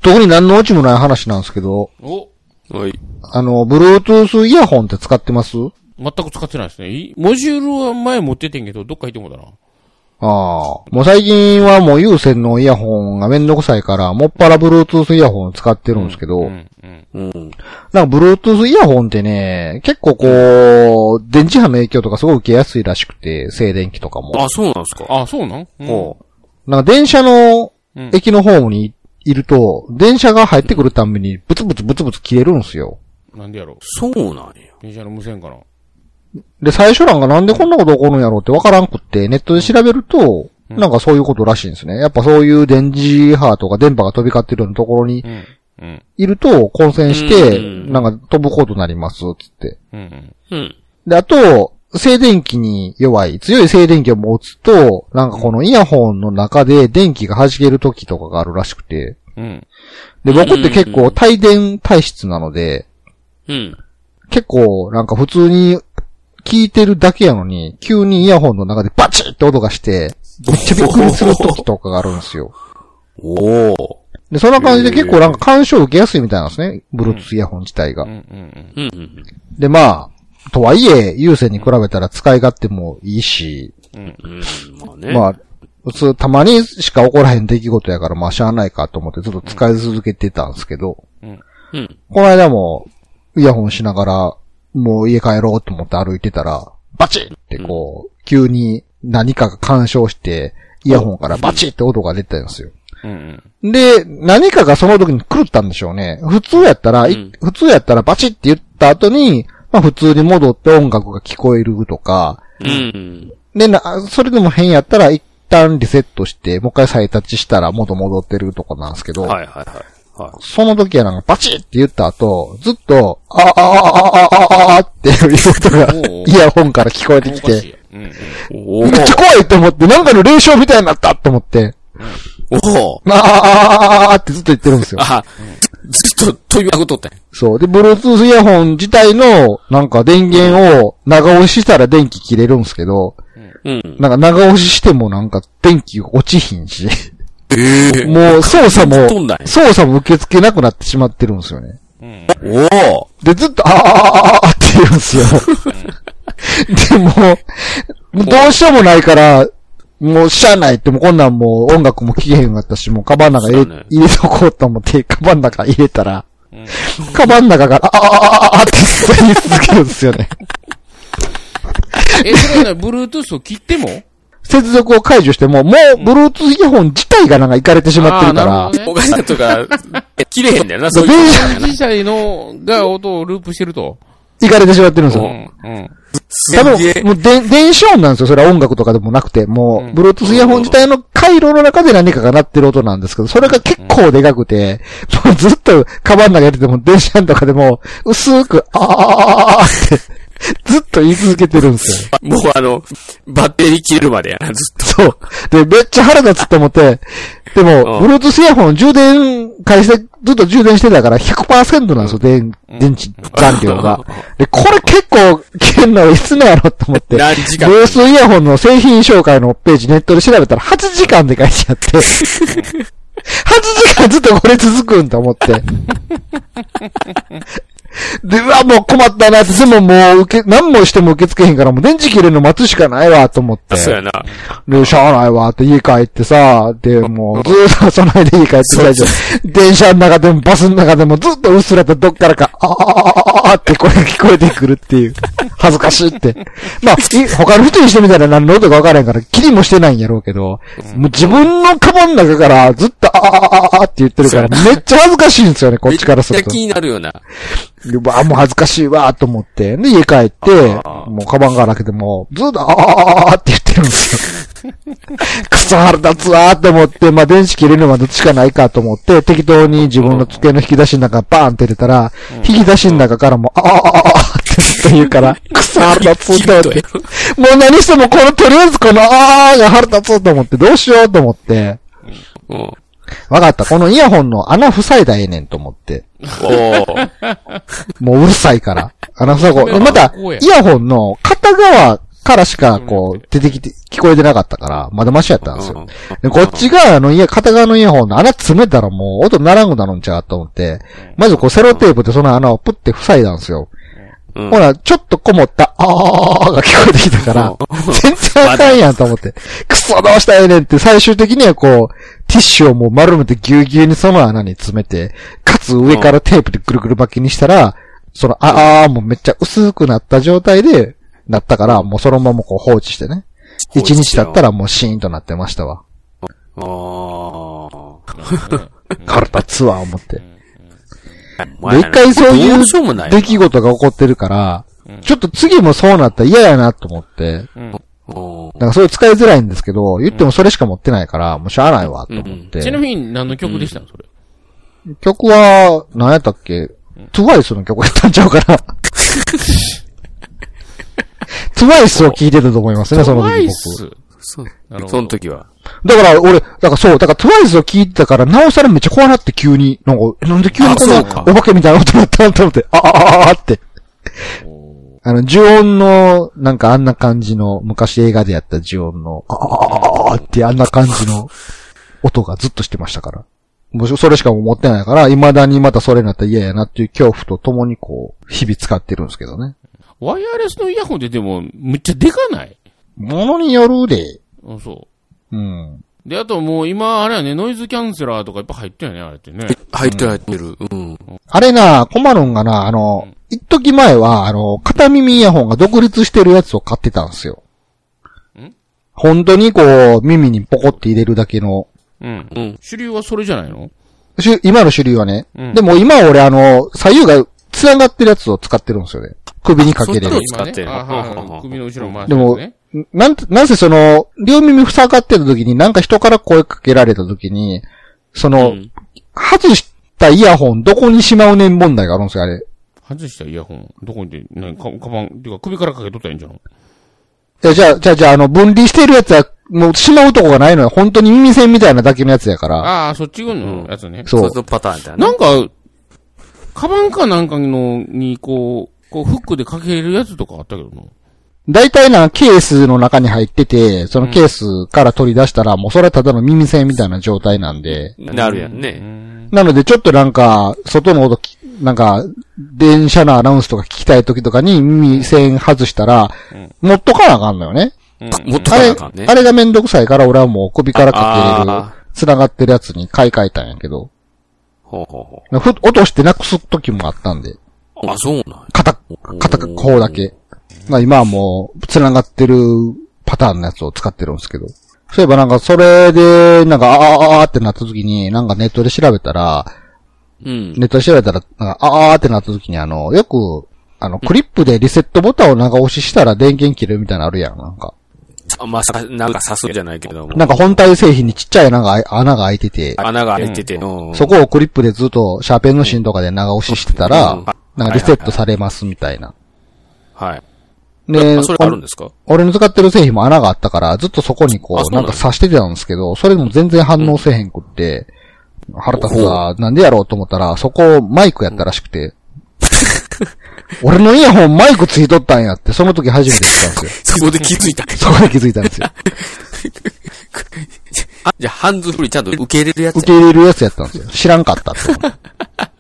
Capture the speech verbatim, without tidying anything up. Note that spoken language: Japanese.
特に何のオチもない話なんですけど。 おはい。 あの、Bluetooth イヤホンって使ってます？ 全く使ってないですね。モジュールは前持っててんけど、どっか行ってもだな。 ああ。もう最近はもう有線のイヤホンがめんどくさいから、もっぱら Bluetooth イヤホンを使ってるんですけど、 うんうん、 うん。 なんか Bluetooth イヤホンってね、結構こう、電磁波の影響とかすごい受けやすいらしくて、静電気とかも。 あ、そうなんですか。 あ、そうなん、うん、 こう。なんか電車の駅のホームにいると、電車が入ってくるたんびにブツブツブツブツ切れるんすよ。 なんでやろう。 そうなんや。 電車の無線かな。 で、最初なんかなんでこんなこと起こるんやろうってわからんくって、ネットで調べると、うん、なんかそういうことらしいんですね。やっぱそういう電磁波とか電波が飛び交ってるようなところに、いると混線して、なんか飛ぶことになります、つって。 うんうん、 で、あと、静電気に弱い、強い静電気を持つと、なんかこのイヤホンの中で電気が弾ける時とかがあるらしくて。 うん、 で、僕って結構帯電体質なので、 うん、 結構なんか普通に聞いてるだけやのに、急にイヤホンの中でバチッって音がして、めっちゃびっくりする時とかがあるんですよ。 おー。 で、そんな感じで結構なんか干渉を受けやすいみたいなんですね。Bluetooth イヤホン自体が。 うんうんうん、 で、まあ、とはいえ、有線に比べたら使い勝手もいいし、 うんうんまあね、 まあ、普通たまにしか起こらへん出来事やから、まあしゃあないかと思ってずっと使い続けてたんですけど、 うんうん、 この間もイヤホンしながら、もう家帰ろうと思って歩いてたら、バチッってこう、うん、急に何かが干渉して、イヤホンからバチッって音が出てたんですよ。 うんうん、 で、何かがその時に狂ったんでしょうね。普通やったら、うん、普通やったらバチッって言った後に、まあ普通に戻って音楽が聞こえるとか、 うん、 でな、それでも変やったら一旦リセットして、もう一回再タッチしたら元戻ってるとこなんですけど、 はいはいはいはい、 その時はなんかバチッって言った後、ずっと、あああああああっていう音がイヤホンから聞こえてきて、 うんうん、めっちゃ怖いって思って、なんかの霊障みたいになったって思って、 おお。 ああ、ああ、あってずっと言ってるんですよ。 あ、ずっと飛びまくっとったんや。 そう。で、Bluetooth イヤホン自体の、なんか電源を長押ししたら電気切れるんですけど、 うん。 なんか長押ししてもなんか電気落ちひんし。 ええー。 もう操作も、操作も受け付けなくなってしまってるんですよね。 うん、 おお。 で、ずっと、ああ、ああ、ああって言うんですよ。でも、どうしようもないから、もうしゃあないってもうこんなんもう音楽も聴けへんかったし、もうカバンの中入れ、ね、入れとこうと思ってカバンの中入れたら、うん、カバンの中が、ああ、ああ、ああってずっと言い続けるんですよね。 え、それはね、Bluetooth を切っても接続を解除しても、もう Bluetooth イヤホン自体がなんかイカれてしまってるから。 おかしなとか、切れへんだよな、 そういう。電車自体のが音をループしてると。 イカれてしまってるんですよ。 うん。うん多分、もうで、電子音なんですよ。それは音楽とかでもなくて、もう、うん、Bluetooth イヤホン自体の回路の中で何かが鳴ってる音なんですけど、それが結構でかくて、うん、もうずっとカバンの中やってても、電車とかでも、薄く、あーあーあーって、ずっと言い続けてるんですよ。 もうあの、バッテリー切れるまでやな、ずっと。 そう。で、めっちゃ腹立つと思って、でも、Bluetooth イヤホン充電開始でずっと充電してたから ひゃくパーセント なんですよ、電、電池残量が。で、これ結構切れるのはいつのやろと思って、 何時間 Bluetooth イヤホンの製品紹介のページネットで調べたらはちじかんで書いてあって、はちじかんずっとこれ続くんと思って。で、うわ、もう困ったなって、でももう受け、何もしても受け付けへんから、もう電池切れるの待つしかないわ、と思って。 そうやな。 で、しゃあないわ、って家帰ってさ、で、もうずーっとその間家帰って最初、電車の中でもバスの中でもずっとうっすらとどっからか、あーあーあーあーって声が聞こえてくるっていう。恥ずかしいって。まあ、他の人にしてみたら何の音か分からへんから、キリもしてないんやろうけど、もう自分のカバンの中からずっとあーあーあーあーって言ってるから、めっちゃ恥ずかしいんですよね、こっちからすると。 めっちゃ気になるよな。 で、わあ、もう恥ずかしいわ、と思って。で、家帰って、もうカバンが開けても、ずっと、あああって言ってるんですよ。くそ腹立つわ、と思って、まあ、電池切れるのはどっちかないかと思って、適当に自分の机の引き出しの中バーンって入れたら、引き出しの中からも、ああああってずっと言うから、くそ腹立つと思って。もう何してもこの、とりあえずこの、ああが腹立つと思って、どうしようと思って。 うんわかった。このイヤホンの穴塞いだらええねんと思って。 おもううるさいから。穴塞ごう。また、イヤホンの片側からしか、こう、出てきて、聞こえてなかったから、まだマシやったんですよ。でこっち側、あの、いや、片側のイヤホンの穴詰めたらもう、音ならんくなるんちゃうと思って、まずこう、セロテープでその穴をプッて塞いだんですよ。うん、ほら、ちょっとこもった、あーが聞こえてきたから、全然あかんやんと思って、くそどうしたらええねんって最終的にはこう、ティッシュをもう丸めてぎゅうぎゅうにその穴に詰めて、かつ上からテープでぐるぐる巻きにしたら、その、あーもうめっちゃ薄くなった状態で、なったから、もうそのままこう放置してね。一日経ったらもうシーンとなってましたわ。あー。腹立つわ、思って。で、一回そういう出来事が起こってるから、ちょっと次もそうなったら嫌やなと思って。だからそれ使いづらいんですけど、言ってもそれしか持ってないから、もうしゃあないわ、と思って。 ちなみに何の曲でしたのそれ。 曲は、何やったっけトゥワイスの曲やったんちゃうかなトゥワイスを聞いてたと思いますね、その時僕。 そう。その時は。 だから俺、だからそう、だからトゥワイスを聞いてたから、なおさらめっちゃ怖なって急に、なんか、なんで急にこのお化けみたいな音になったのと思って、ああああって。あの、呪音の、なんかあんな感じの、昔映画でやった呪音の、ああああってあんな感じの音がずっとしてましたから。もうそれしか持ってないから、未だにまたそれになったら嫌やなっていう恐怖と共にこう、日々使ってるんですけどね。 ワイヤレスのイヤホンででも、めっちゃでかない？ ものによるで。 あ、そう。 うん。 で、あともう今、あれやね、ノイズキャンセラーとかいっぱい入ってるよね、あれってね。 入ってる入ってる。うん。 あれな、困るんがな、あの、うん、一時前は、あの、片耳イヤホンが独立してるやつを買ってたんですよ。ん？本当にこう、耳にポコって入れるだけの。 うん。うん。主流はそれじゃないの？ 今の主流はね。 うん、 でも今俺あの、左右が繋がってるやつを使ってるんですよね。首にかけれる。 使ってる。 首の後ろ回してる、ね。でも、なん、なんせその、両耳塞がってた時になんか人から声かけられた時に、その、うん、外したイヤホンどこにしまうねん問題があるんですよ、あれ。 外したイヤホンどこに、何か、カバン、てか首からかけとったらいいんじゃん。いや、じゃあ、じゃあ、じゃあ、あの、分離してるやつは、もうしまうとこがないのよ。本当に耳栓みたいなだけのやつやから。 ああ、そっちのやつね。 そう。 そうパターンだね。 なんか、カバンかなんかの、に、こう、こう、フックでかけれるやつとかあったけどな。 大体な、ケースの中に入ってて、そのケースから取り出したら、もうそれはただの耳栓みたいな状態なんで。 なるやんね。 なので、ちょっとなんか、外の音、なんか、電車のアナウンスとか聞きたい時とかに耳栓外したら、持っとかなあかんのよね。 うん、持っとかなあかんね。 あれ、あれがめんどくさいから俺はもう首からかけれる、繋がってるやつに買い替えたんやけど。 ほうほうほう。 ふ、落としてなくす時もあったんで。 あ、そうなんや。 片、片方だけ。まあ今はもう、繋がってるパターンのやつを使ってるんですけど。そういえばなんかそれで、なんか、あーあーってなった時に、なんかネットで調べたら、 うん。 ネットで調べたら、なんかあーあーってなった時にあの、よく、あの、クリップでリセットボタンを長押ししたら電源切れるみたいなのあるやん、なんか。 あ、まあ、なんか刺すじゃないけども。 なんか本体製品にちっちゃい穴が、穴が開いてて。 穴が開いてて、 うん、そこをクリップでずっとシャーペンの芯とかで長押ししてたら、うん、なんかリセットされますみたいな。 はい。 で、 それあるんですか？ 俺の使ってる製品も穴があったから、ずっとそこにこう、なんか刺してたんですけど、それでも全然反応せへんくって、うん、腹立つわ、なんでやろうと思ったら、そこマイクやったらしくて、俺のイヤホンマイクついとったんやって、その時初めて知ったんですよ。 そこで気づいた。 そこで気づいたんですよ。 あ、じゃあハンズフリーちゃんと受け入れるやつ受け入れるやつやったんですよ。知らんかったって。